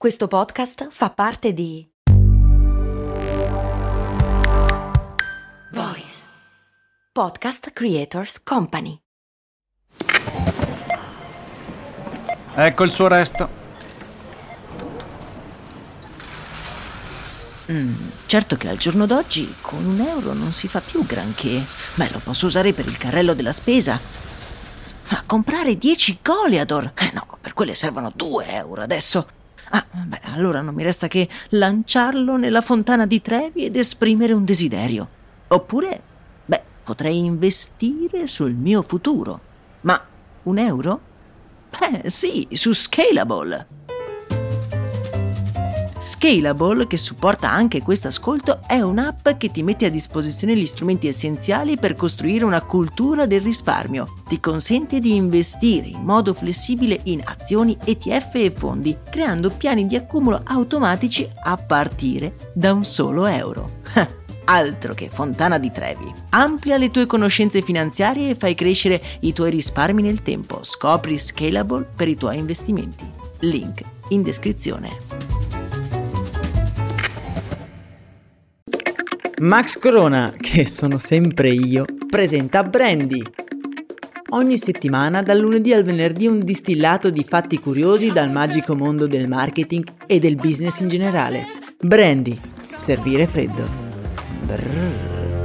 Questo podcast fa parte di Voice Podcast Creators Company. Ecco il suo resto. Certo che al giorno d'oggi con €1 non si fa più granché. Lo posso usare per il carrello della spesa. Ma comprare 10 Goliador? No, per quelle servono €2 adesso. Allora non mi resta che lanciarlo nella fontana di Trevi ed esprimere un desiderio. Oppure, potrei investire sul mio futuro. Ma €1? Sì, su Scalable. Scalable, che supporta anche questo ascolto, è un'app che ti mette a disposizione gli strumenti essenziali per costruire una cultura del risparmio. Ti consente di investire in modo flessibile in azioni, ETF e fondi, creando piani di accumulo automatici a partire da un solo euro. Altro che fontana di Trevi. Amplia le tue conoscenze finanziarie e fai crescere i tuoi risparmi nel tempo. Scopri Scalable per i tuoi investimenti. Link in descrizione. Max Corona, che sono sempre io, presenta Brandy. Ogni settimana, dal lunedì al venerdì, un distillato di fatti curiosi dal magico mondo del marketing e del business in generale. Brandy, servire freddo. Brrr.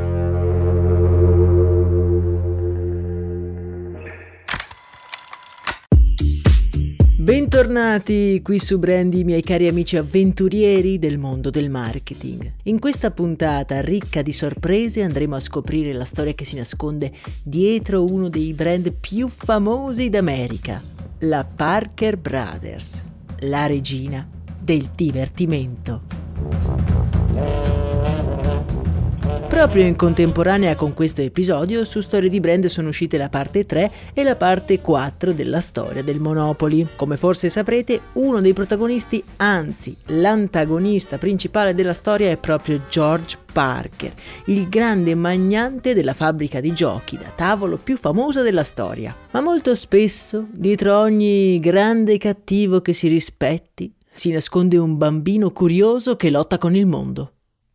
Bentornati qui su Brandy, miei cari amici avventurieri del mondo del marketing. In questa puntata ricca di sorprese andremo a scoprire la storia che si nasconde dietro uno dei brand più famosi d'America, la Parker Brothers, la regina del divertimento. Proprio in contemporanea con questo episodio, su Storie di Brand sono uscite la parte 3 e la parte 4 della storia del Monopoly. Come forse saprete, uno dei protagonisti, anzi l'antagonista principale della storia, è proprio George Parker, il grande magnante della fabbrica di giochi da tavolo più famosa della storia. Ma molto spesso, dietro ogni grande cattivo che si rispetti, si nasconde un bambino curioso che lotta con il mondo.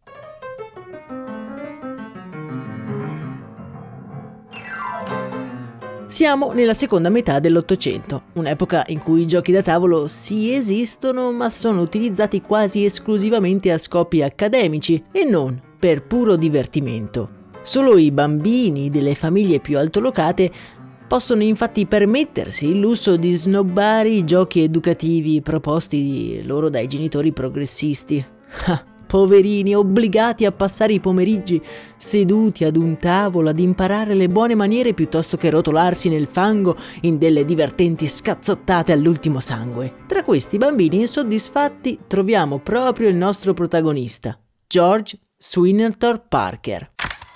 Siamo nella seconda metà dell'Ottocento, un'epoca in cui i giochi da tavolo sì esistono, ma sono utilizzati quasi esclusivamente a scopi accademici e non per puro divertimento. Solo i bambini delle famiglie più altolocate possono infatti permettersi il lusso di snobbare i giochi educativi proposti loro dai genitori progressisti. Poverini, obbligati a passare i pomeriggi seduti ad un tavolo ad imparare le buone maniere piuttosto che rotolarsi nel fango in delle divertenti scazzottate all'ultimo sangue. Tra questi bambini insoddisfatti troviamo proprio il nostro protagonista, George Swinnerton Parker.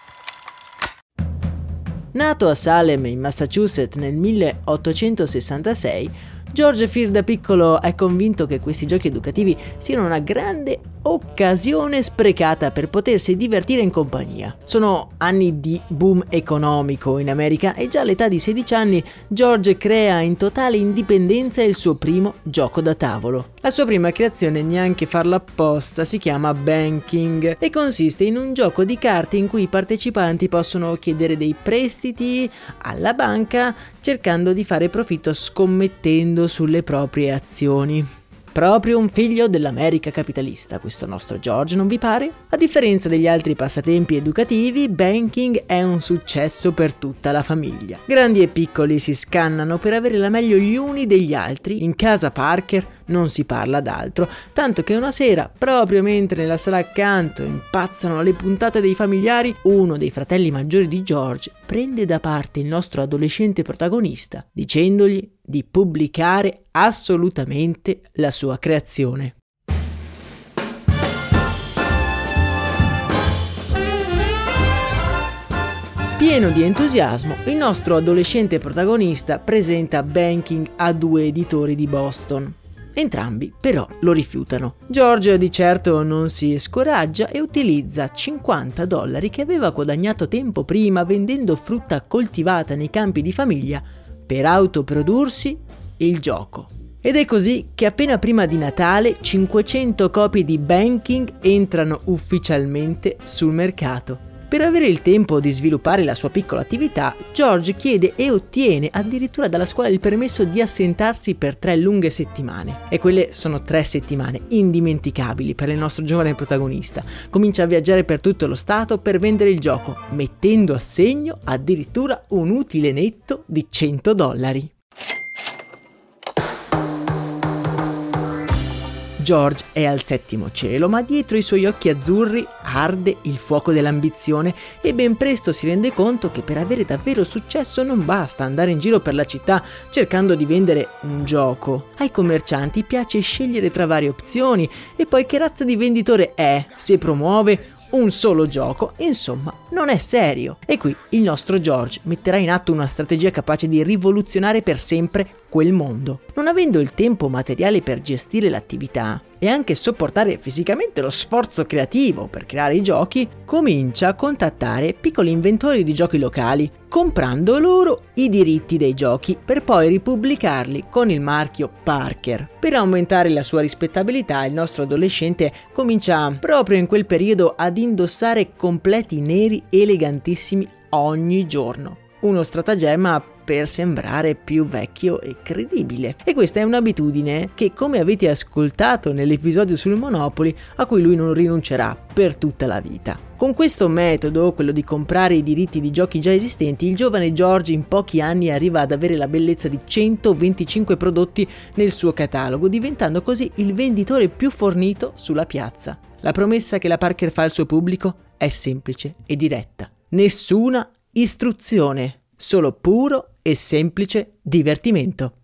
Nato a Salem, in Massachusetts, nel 1866, George fin da piccolo è convinto che questi giochi educativi siano una grande occasione sprecata per potersi divertire in compagnia. Sono anni di boom economico in America e già all'età di 16 anni George crea in totale indipendenza il suo primo gioco da tavolo. La sua prima creazione, neanche farla apposta, si chiama Banking e consiste in un gioco di carte in cui i partecipanti possono chiedere dei prestiti alla banca cercando di fare profitto scommettendo sulle proprie azioni. Proprio un figlio dell'America capitalista, questo nostro George, non vi pare? A differenza degli altri passatempi educativi, Banking è un successo per tutta la famiglia. Grandi e piccoli si scannano per avere la meglio gli uni degli altri. In casa Parker non si parla d'altro, tanto che una sera, proprio mentre nella sala accanto impazzano le puntate dei familiari, uno dei fratelli maggiori di George prende da parte il nostro adolescente protagonista, dicendogli di pubblicare assolutamente la sua creazione. Pieno di entusiasmo, il nostro adolescente protagonista presenta Banking a 2 editori di Boston. Entrambi però lo rifiutano. George di certo non si scoraggia e utilizza $50 che aveva guadagnato tempo prima vendendo frutta coltivata nei campi di famiglia per autoprodursi il gioco. Ed è così che appena prima di Natale 500 copie di Banking entrano ufficialmente sul mercato. Per avere il tempo di sviluppare la sua piccola attività, George chiede e ottiene addirittura dalla scuola il permesso di assentarsi per 3 lunghe settimane. E quelle sono 3 settimane indimenticabili per il nostro giovane protagonista. Comincia a viaggiare per tutto lo stato per vendere il gioco, mettendo a segno addirittura un utile netto di $100. George è al 7° cielo, ma dietro i suoi occhi azzurri arde il fuoco dell'ambizione e ben presto si rende conto che per avere davvero successo non basta andare in giro per la città cercando di vendere un gioco. Ai commercianti piace scegliere tra varie opzioni e poi che razza di venditore è se promuove un solo gioco, insomma, non è serio. E qui il nostro George metterà in atto una strategia capace di rivoluzionare per sempre quel mondo. Non avendo il tempo materiale per gestire l'attività e anche sopportare fisicamente lo sforzo creativo per creare i giochi, comincia a contattare piccoli inventori di giochi locali, comprando loro i diritti dei giochi per poi ripubblicarli con il marchio Parker. Per aumentare la sua rispettabilità, il nostro adolescente comincia proprio in quel periodo ad indossare completi neri elegantissimi ogni giorno. Uno stratagemma per sembrare più vecchio e credibile. E questa è un'abitudine che, come avete ascoltato nell'episodio sul Monopoly, a cui lui non rinuncerà per tutta la vita. Con questo metodo, quello di comprare i diritti di giochi già esistenti, il giovane George in pochi anni arriva ad avere la bellezza di 125 prodotti nel suo catalogo, diventando così il venditore più fornito sulla piazza. La promessa che la Parker fa al suo pubblico è semplice e diretta. Nessuna istruzione, solo puro e semplice divertimento.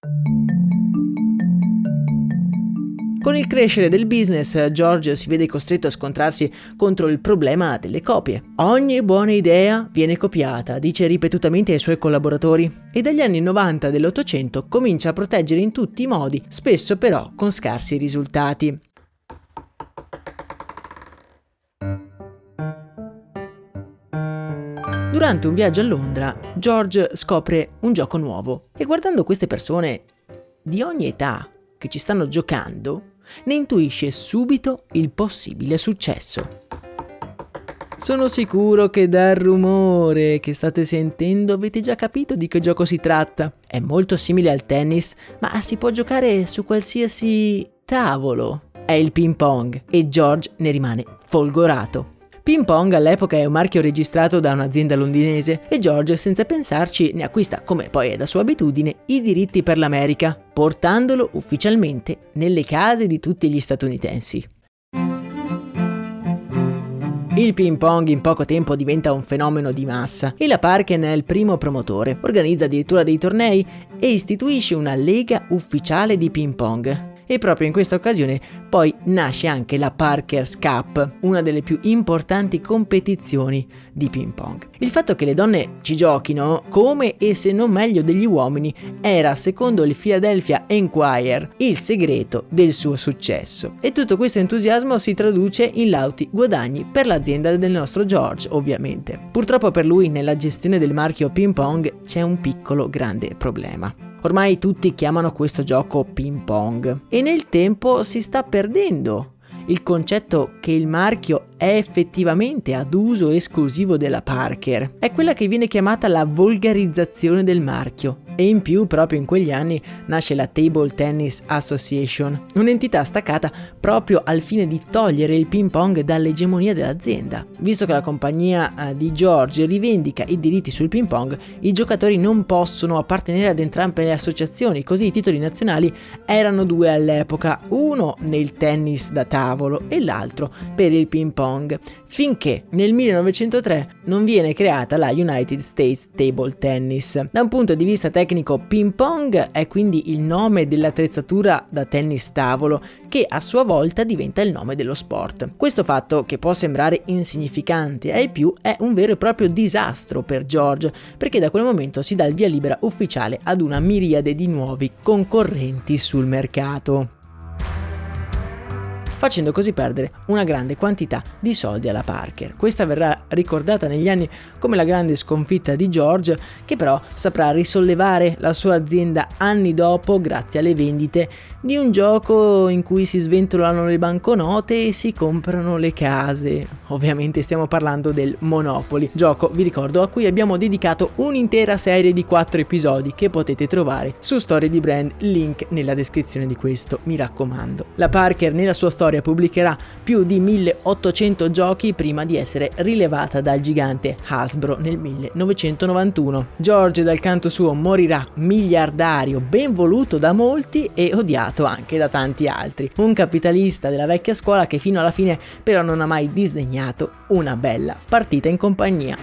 Con il crescere del business, George si vede costretto a scontrarsi contro il problema delle copie. Ogni buona idea viene copiata, dice ripetutamente ai suoi collaboratori, e dagli anni 90 dell'Ottocento comincia a proteggere in tutti i modi, spesso però con scarsi risultati. Durante un viaggio a Londra, George scopre un gioco nuovo e guardando queste persone di ogni età che ci stanno giocando, ne intuisce subito il possibile successo. Sono sicuro che dal rumore che state sentendo avete già capito di che gioco si tratta. È molto simile al tennis, ma si può giocare su qualsiasi tavolo. È il ping pong e George ne rimane folgorato. Ping Pong all'epoca è un marchio registrato da un'azienda londinese e George, senza pensarci, ne acquista, come poi è da sua abitudine, i diritti per l'America, portandolo ufficialmente nelle case di tutti gli statunitensi. Il ping pong in poco tempo diventa un fenomeno di massa e la Parker è il primo promotore, organizza addirittura dei tornei e istituisce una lega ufficiale di ping pong. E proprio in questa occasione poi nasce anche la Parker's Cup, una delle più importanti competizioni di ping pong. Il fatto che le donne ci giochino come e se non meglio degli uomini era, secondo il Philadelphia Inquirer, il segreto del suo successo. E tutto questo entusiasmo si traduce in lauti guadagni per l'azienda del nostro George, ovviamente. Purtroppo per lui nella gestione del marchio ping pong c'è un piccolo grande problema. Ormai tutti chiamano questo gioco ping pong e nel tempo si sta perdendo il concetto che il marchio è effettivamente ad uso esclusivo della Parker. È quella che viene chiamata la volgarizzazione del marchio e in più proprio in quegli anni nasce la Table Tennis Association, un'entità staccata proprio al fine di togliere il ping pong dall'egemonia dell'azienda. Visto che la compagnia di George rivendica i diritti sul ping pong, i giocatori non possono appartenere ad entrambe le associazioni, così i titoli nazionali erano 2 all'epoca, uno nel tennis da tavolo e l'altro per il ping pong, finché nel 1903 non viene creata la United States Table Tennis. Da un punto di vista tecnico, ping pong è quindi il nome dell'attrezzatura da tennis tavolo che a sua volta diventa il nome dello sport. Questo fatto, che può sembrare insignificante ai più, è un vero e proprio disastro per George, perché da quel momento si dà il via libera ufficiale ad una miriade di nuovi concorrenti sul mercato. facendo così perdere una grande quantità di soldi alla Parker. Questa verrà ricordata negli anni come la grande sconfitta di George, che però saprà risollevare la sua azienda anni dopo grazie alle vendite di un gioco in cui si sventolano le banconote e si comprano le case. Ovviamente stiamo parlando del Monopoly, gioco, vi ricordo, a cui abbiamo dedicato un'intera serie di 4 episodi che potete trovare su Storie di Brand, link nella descrizione di questo, mi raccomando. La Parker nella sua storia pubblicherà più di 1800 giochi prima di essere rilevata dal gigante Hasbro nel 1991. George dal canto suo morirà miliardario, ben voluto da molti e odiato anche da tanti altri. Un capitalista della vecchia scuola che fino alla fine però non ha mai disdegnato una bella partita in compagnia.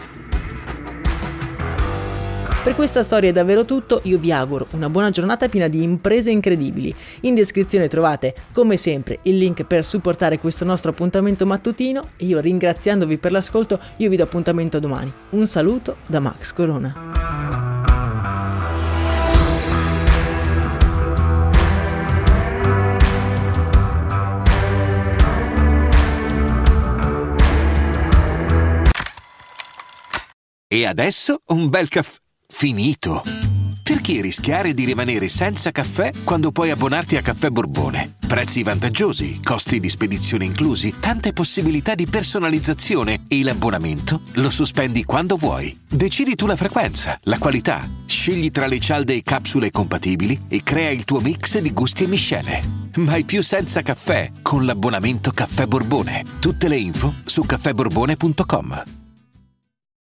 Per questa storia è davvero tutto, io vi auguro una buona giornata piena di imprese incredibili. In descrizione trovate come sempre il link per supportare questo nostro appuntamento mattutino e io, ringraziandovi per l'ascolto, io vi do appuntamento domani. Un saluto da Max Corona. E adesso un bel caffè finito. Perché rischiare di rimanere senza caffè quando puoi abbonarti a Caffè Borbone? Prezzi vantaggiosi, costi di spedizione inclusi, tante possibilità di personalizzazione e l'abbonamento lo sospendi quando vuoi. Decidi tu la frequenza, la qualità, scegli tra le cialde e capsule compatibili e crea il tuo mix di gusti e miscele. Mai più senza caffè con l'abbonamento Caffè Borbone. Tutte le info su caffèborbone.com.